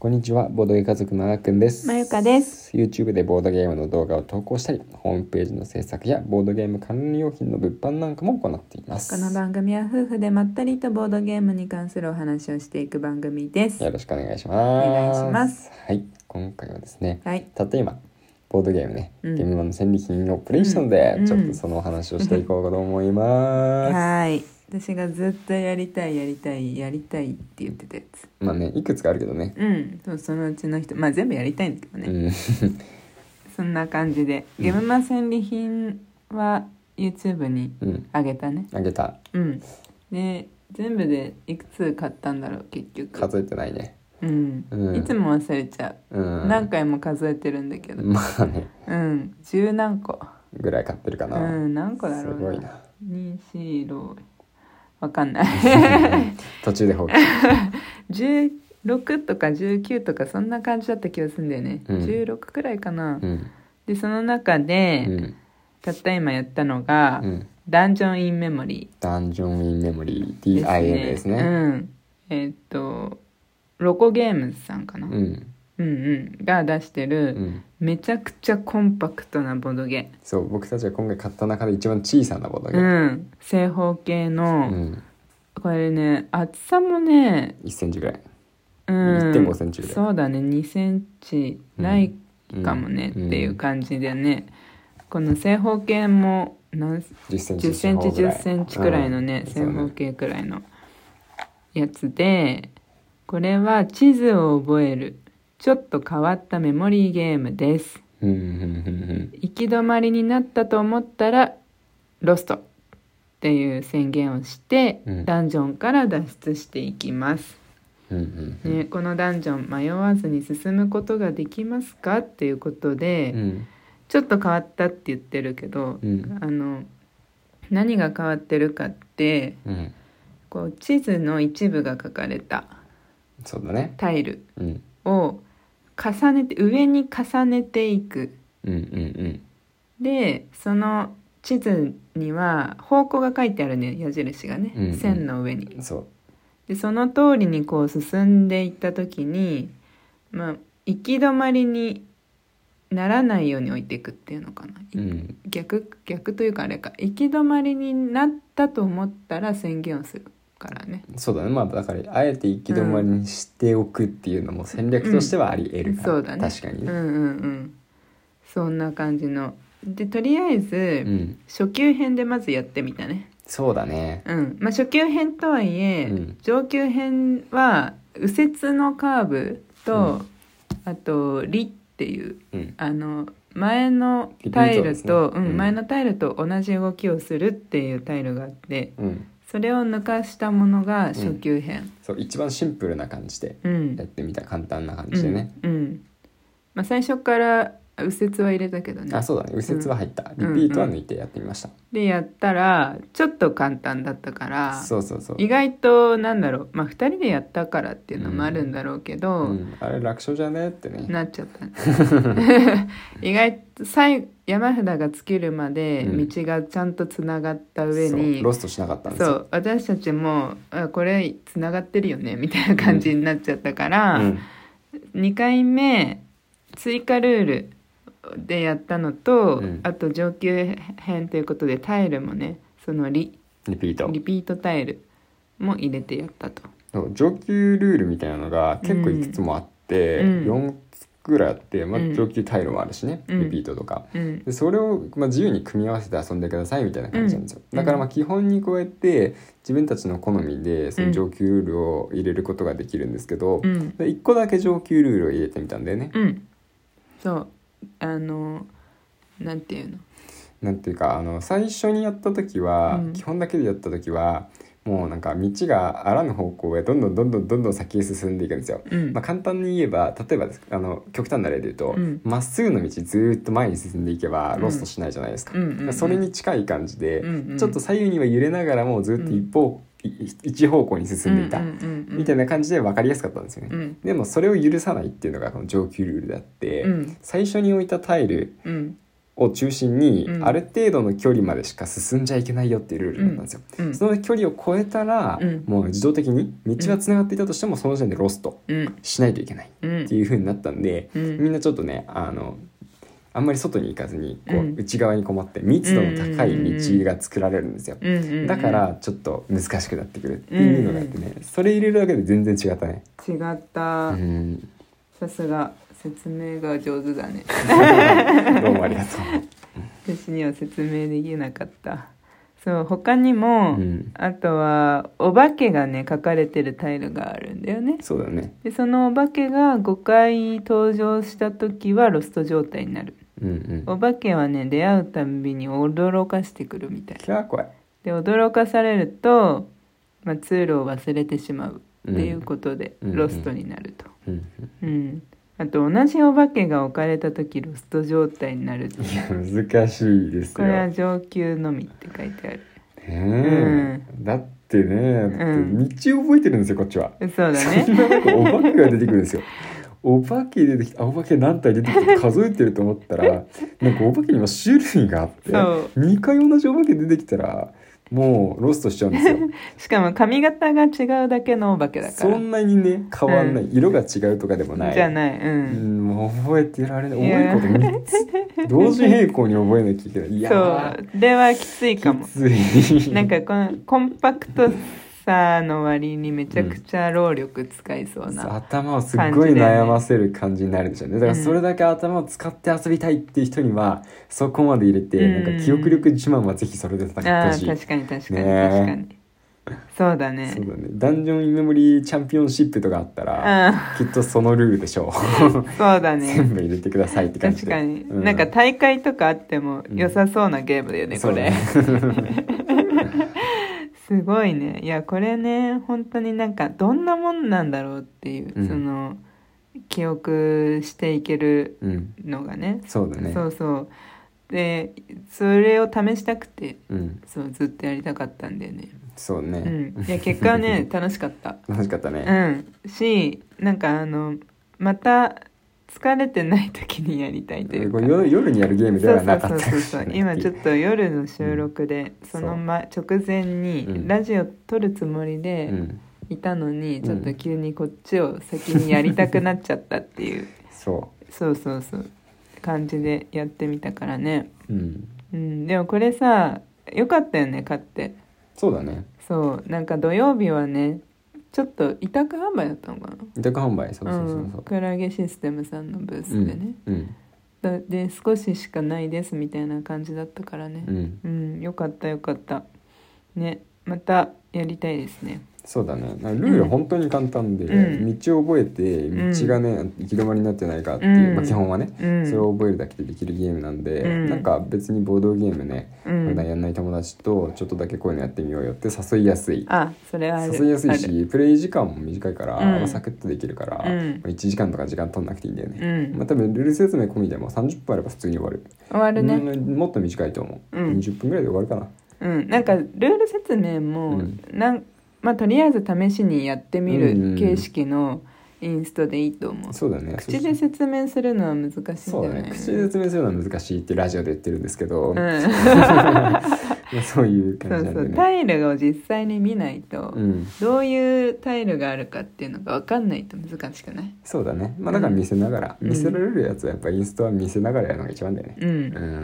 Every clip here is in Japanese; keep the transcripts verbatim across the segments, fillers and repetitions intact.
こんにちは、ボードゲー家族のあーくんです。 まゆかです。 YouTube でボードゲームの動画を投稿したり、ホームページの制作やボードゲーム関連用品の物販なんかも行っています。 この番組は夫婦でまったりとボードゲームに関するお話をしていく番組です。 よろしくお願いします。 お願いします。 はい、今回はですね、 はい、 たった今ボードゲームね、 うん、 ゲームマンの戦利品をプレイしたので、 うん、 ちょっとそのお話をしていこうと思います。 はい、私がずっとやりたいやりたいやりたいって言ってたやつ。 まあね、いくつかあるけどね。 うん、そう、そのうちの人、まあ全部やりたいんだけどね。うん、そんな感じで、ゲームマン戦利品は YouTube にあげたね。 あ、うん、げた。 うん。で、全部でいくつ買ったんだろう結局。 数えてないね。 うんうん、いつも忘れちゃう、うん、何回も数えてるんだけど、 まあね、 うん十何個ぐらい買ってるかな。 うん何個だろうな、 すごいな。 に、し、ろわかんない途中で放棄じゅうろくとかじゅうきゅうとかそんな感じだった気がするんだよね、うん、じゅうろくくらいかな、うん、でその中で、うん、たった今やったのが、うん、ダンジョンインメモリーダンジョンインメモリー ディーアイエム ですね。 うん、えー、っとロコゲームズさんかな、うん、うんうんが出してる、うん、めちゃくちゃコンパクトなボドゲ。 そう僕たちが今回買った中で一番小さなボドゲ、 うん、正方形の、うん、これね厚さもねいっセンチぐらい、 うん、 いってんごセンチぐらい。 そうだねにセンチないかもね、うん、っていう感じでね、この正方形も何じゅっセンチじゅっセンチじゅっセンチくらいのね、うん、正方形くらいのやつで、これは地図を覚えるちょっと変わったメモリーゲームです。行き止まりになったと思ったらロストっていう宣言をして、うん、ダンジョンから脱出していきます、ね、このダンジョン迷わずに進むことができますかっていうことで、うん、ちょっと変わったって言ってるけど、うん、あの何が変わってるかって、うん、こう地図の一部が書かれたそうだね、 タイルを重ねて、上に重ねていく、 うんうんうん、 でその地図には方向が書いてあるね、矢印がね、うんうん、線の上に。 そうでその通りにこう進んでいった時に、まあ、行き止まりにならないように置いていくっていうのかな、うん、逆逆というかあれか、行き止まりになったと思ったら宣言をするからね。 そうだね、まあだからあえて行き止まりにしておくっていうのも戦略としてはあり得るから、うんうん、そうだね、確かにね、 うんうんうん、そんな感じので、とりあえず、うん、初級編でまずやってみたね。 そうだね、 うんまあ、初級編とはいえ、うん、上級編は右折のカーブと、うん、あとリっていう、うん、あの前のタイルと、ね、うんうん、前のタイルと同じ動きをするっていうタイルがあって、うん、それを抜かしたものが初級編、うん、 そう一番シンプルな感じでやってみた、うん、簡単な感じでね、 うんうんまあ、最初から右折は入れたけどね。 あ、そうだね、右折は入った、うん、リピートは抜いてやってみました、 うんうん、でやったらちょっと簡単だったから、 そうそうそう、 意外となんだろう、まあふたりでやったからっていうのもあるんだろうけど、 うんうん、あれ楽勝じゃねってねなっちゃった意外と最山札が尽きるまで道がちゃんとつながった上に、 うん、ロストしなかったんですよ。 そう私たちもあこれつながってるよねみたいな感じになっちゃったから、うん、にかいめ追加ルールでやったのと、うん、あと上級編ということでタイルもね、その リ, リピートリピートタイルも入れてやったと。 上級ルールみたいなのが結構いくつもあって、うん、よんつぐらいあって、まあ、上級タイルもあるしね、うん、リピートとか、うん、でそれを、まあ、自由に組み合わせて遊んでくださいみたいな感じなんですよ、うん、だからまあ基本にこうやって自分たちの好みでその上級ルールを入れることができるんですけど、うん、いっこだけ上級ルールを入れてみたんだよね、 うん、そうあのなんていうのなんていうかあの最初にやった時は、うん、基本だけでやった時はもうなんか道があらぬ方向へどんどんどんどんどんどん先へ進んでいくんですよ、うんまあ、簡単に言えば例えばあの極端な例で言うとま、うん、っすぐの道ずっと前に進んでいけばロストしないじゃないですか、うんうんうん、それに近い感じで、うんうん、ちょっと左右には揺れながらもずっと一方、うん、一方向に進んでいた、うんうんうんうん、みたいな感じで分かりやすかったんですよね、うん、でもそれを許さないっていうのがこの上級ルールであって、うん、最初に置いたタイルを中心に、 うんある程度の距離までしか進んじゃいけないよっていうルールだったんですよ、 うんうんその距離を超えたら、 うんもう自動的に道はつながっていたとしてもその時点でロストうんしないといけないうんっていう風になったんで、 うんみんなちょっとねあのあんまり外に行かずにこう、 うん内側にこもって密度の高い道が作られるんですよ、 うんうんうんだからちょっと難しくなってくるっていうのがあってね、それ入れるだけで全然違ったね。 違ったう、んさすが説明が上手だねどうもありがと私には説明できなかった。そう他にも、 う、うん、 あとはお化けがね描かれてるタイルがあるんだよね。 そうだね、 でそのお化けがごかい登場した時はロスト状態になる。 うんうん、 お化けはね出会うたんびに驚かしてくるみたいキャー怖い、 で驚かされると、まあ、通路を忘れてしまうっていうことで、 うんロストになると、 うんうんうんあと同じお化けが置かれた時ロスト状態になる。 いや難しいですよ。 これは上級のみって書いてある。 ねえ、うん、だってね、だって道を覚えてるんですよこっちは。 そうだね。 そんななんかお化けが出てくるんですよ。お化け出てきて、お化け何体出てきて数えてると思ったらなんかお化けにも種類があってにかい同じお化け出てきたらもうロストしちゃうんですよしかも髪型が違うだけのお化けだからそんなにね変わんない、うん、色が違うとかでもないじゃない、うんうん、もう覚えてられない。覚えることみっつ同時並行に覚えなきゃいけない。いやそうではきついかも。 きついなんかこのコンパクトさの割にめちゃくちゃ労力使いそうな、 うん、頭をすっごい悩ませる感じになるでしょうね。だからそれだけ頭を使って遊びたいっていう人にはそこまで入れて、うん、なんか記憶力自慢はぜひそれで叩きほしい。 あ確かに確かに、ね、確かにそうだね。 そうだね。ダンジョンインメモリーチャンピオンシップとかあったらきっとそのルールでしょうそうだね。 全部入れてくださいって感じで。 確かに、 うん、 なんか大会とかあっても良さそうなゲームだよね、うん、これすごいね。いやこれね本当になんかどんなもんなんだろうっていう、うん、その記憶していけるのがね、 うん、そうだね。 そうそうでそれを試したくて、 うん、 そうずっとやりたかったんだよね。 そうね、 うん、いや結果はね楽しかった楽しかったね。 うんしなんかあのまた疲れてない時にやりたいというか夜にやるゲームではなかった。 そうそうそうそう今ちょっと夜の収録で、うん、その、ま、直前にラジオ撮るつもりでいたのに、うん、ちょっと急にこっちを先にやりたくなっちゃったっていう、 そうそうそうそう感じでやってみたからね、 うんうん、でもこれさよかったよね買って。 そうだね。 そうなんか土曜日はねちょっと委託販売だったのかな。 委託販売そうそうそうそう、 うん、クラゲシステムさんのブースでね、 うんうん、 だで少ししかないですみたいな感じだったからね、 うんうん、よかったよかったね。またやりたいですね。 そうだね。ルールは本当に簡単で、うん、道を覚えて道がね、行き止まりになってないかっていう、うんまあ、基本はね、うん、それを覚えるだけでできるゲームなんで、うん、なんか別にボードゲームね、うん、普段やんない友達とちょっとだけこういうのやってみようよって誘いやすい。 あそれはある。 誘いやすいしプレイ時間も短いから、うんまあ、サクッとできるから、 うん、 いちじかんとか時間取んなくていいんだよね、 うんまあ、多分ルール説明込みでもさんじゅっぷんあれば普通に終わる。 終わるね、 うん、もっと短いと思う、うん、にじゅっぷんぐらいで終わるかな。 うん、なんかルール説明も、うん、なんまあ、とりあえず試しにやってみる形式のインストでいいと思う、うん、 そうだね。 口で説明するのは難しいんだよね。 そうだね。口で説明するのは難しいってラジオで言ってるんですけど、うん、そういう感じなんで、ね、 そうそうタイルを実際に見ないと、うん、どういうタイルがあるかっていうのが分かんないと難しくない？ そうだね。まあだから見せながら、うん、見せられるやつはやっぱインストは見せながらやるのが一番だよね。 うん、うん、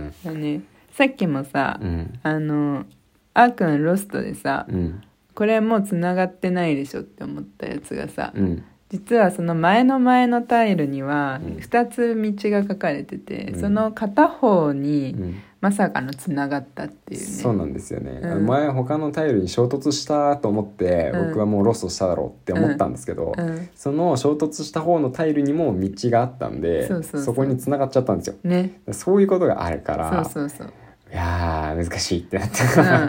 だね。さっきもさ、 うん、 あのあーくんロストでさ、 うんこれもうつながってないでしょって思ったやつがさ、 うん、 実はその前の前のタイルにはふたつ道が書かれてて、うん、その片方にまさかのつながったっていうね、 うん、そうなんですよね、 うん、 前他のタイルに衝突したと思って、うん、僕はもうロストしただろうって思ったんですけど、 うん、 その衝突した方のタイルにも道があったんで、 そうそうそう、 そこにつながっちゃったんですよ、 ね、 そういうことがあるからそうそうそう、 いやー難しいってなった、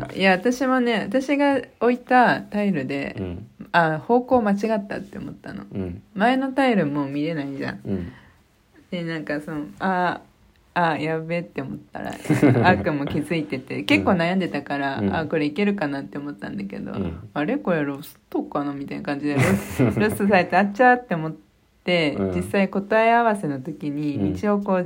うん、いや私もね私が置いたタイルで、うん、あ方向間違ったって思ったの、 うん、 前のタイルもう見れないじゃん、 うん、 でなんかそのああやべって思ったらあーくんも気づいてて結構悩んでたから、うん、あこれいけるかなって思ったんだけど、うん、あれこれロストかなみたいな感じでロスロストされてあっちゃーって思って、うん、実際答え合わせの時に道をこう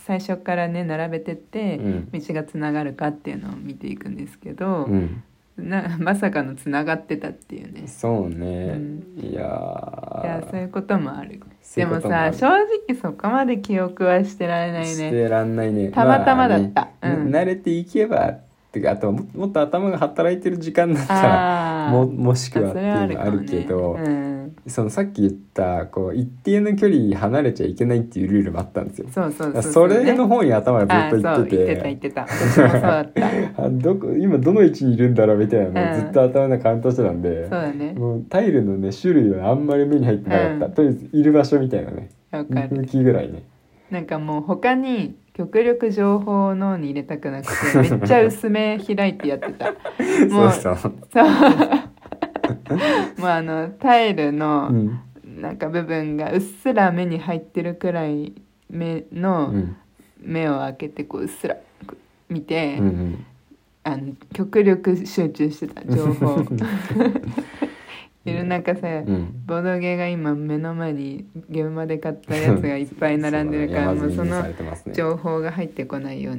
最初からね並べてって、 うん、 道がつながるかっていうのを見ていくんですけど、 うん、 なまさかのつながってたっていうね。 そうね、うん、いやいやそういうこともある。でもさ正直そこまで記憶はしてられないね。 してらんないね。 たまたまだった、 まあね、うん、慣れていけばってか、あと も, もっと頭が働いてる時間だったら も, もしくはっていうのはあるけど、ね、うん、そのさっき言ったこう一定の距離離れちゃいけないっていうルールもあったんですよ。 そうそうそうそう、 それの方に頭がずっといってて、 言ってた言ってた、私もそうだったどこ今どの位置にいるんだろうみたいなのをずっと頭の中カウントしてたんで、 うん、そうだね、 もうタイルのね種類はあんまり目に入ってなかった、うん、とりあえずいる場所みたいなね、向きぐらいね。なんかもう他に極力情報を脳に入れたくなくてめっちゃ薄め開いてやってたもうそうそうそうもうあのタイルのなんか部分がうっすら目に入ってるくらい目の目を開けてこううっすら見て、うんうん、あの極力集中してた情報いる中さ、うん、ボードゲーが今目の前に現場で買ったやつがいっぱい並んでるからもうその情報が入ってこないように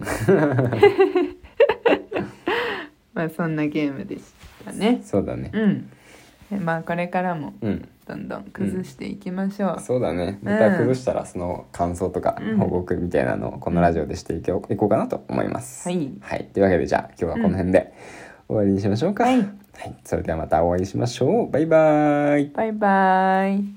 まあそんなゲームでしたね。 そうだね、 うん、でまあこれからもどんどん崩していきましょう、うん、 そうだね。また崩したらその感想とか報告みたいなのをこのラジオでしていこう、いこうかなと思います、 はい、 はい、というわけでじゃあ今日はこの辺で終わりにしましょうか、うん、はいはい、それではまたお会いしましょう。バイバーイ。 バイバーイ。